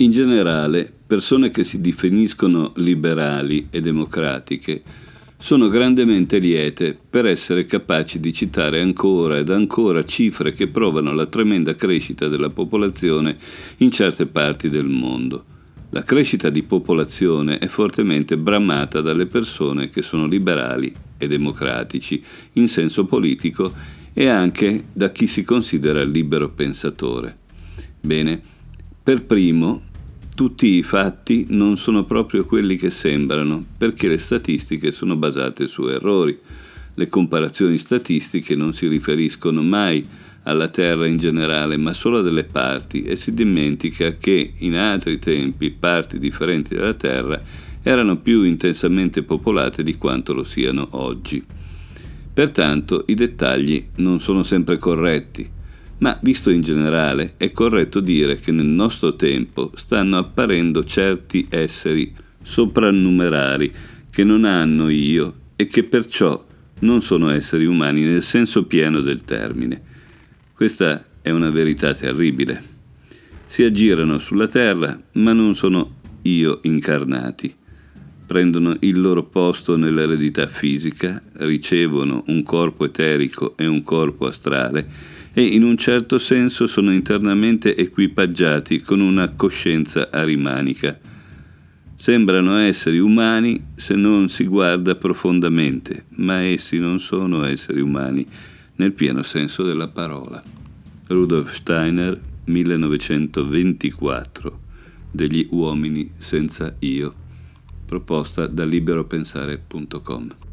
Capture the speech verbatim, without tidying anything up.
In generale, persone che si definiscono liberali e democratiche sono grandemente liete per essere capaci di citare ancora ed ancora cifre che provano la tremenda crescita della popolazione in certe parti del mondo. La crescita di popolazione è fortemente bramata dalle persone che sono liberali e democratici in senso politico e anche da chi si considera libero pensatore. Bene, per primo, tutti i fatti non sono proprio quelli che sembrano, perché le statistiche sono basate su errori. Le comparazioni statistiche non si riferiscono mai alla Terra in generale, ma solo a delle parti, e si dimentica che in altri tempi parti differenti della Terra erano più intensamente popolate di quanto lo siano oggi. Pertanto i dettagli non sono sempre corretti. Ma, visto in generale, è corretto dire che nel nostro tempo stanno apparendo certi esseri soprannumerari che non hanno io e che perciò non sono esseri umani nel senso pieno del termine. Questa è una verità terribile. Si aggirano sulla terra, ma non sono io incarnati. Prendono il loro posto nell'eredità fisica, ricevono un corpo eterico e un corpo astrale, e in un certo senso sono internamente equipaggiati con una coscienza arimanica. Sembrano esseri umani se non si guarda profondamente, ma essi non sono esseri umani nel pieno senso della parola. Rudolf Steiner, millenovecentoventiquattro, Degli uomini senza io, proposta da liberopensare punto com.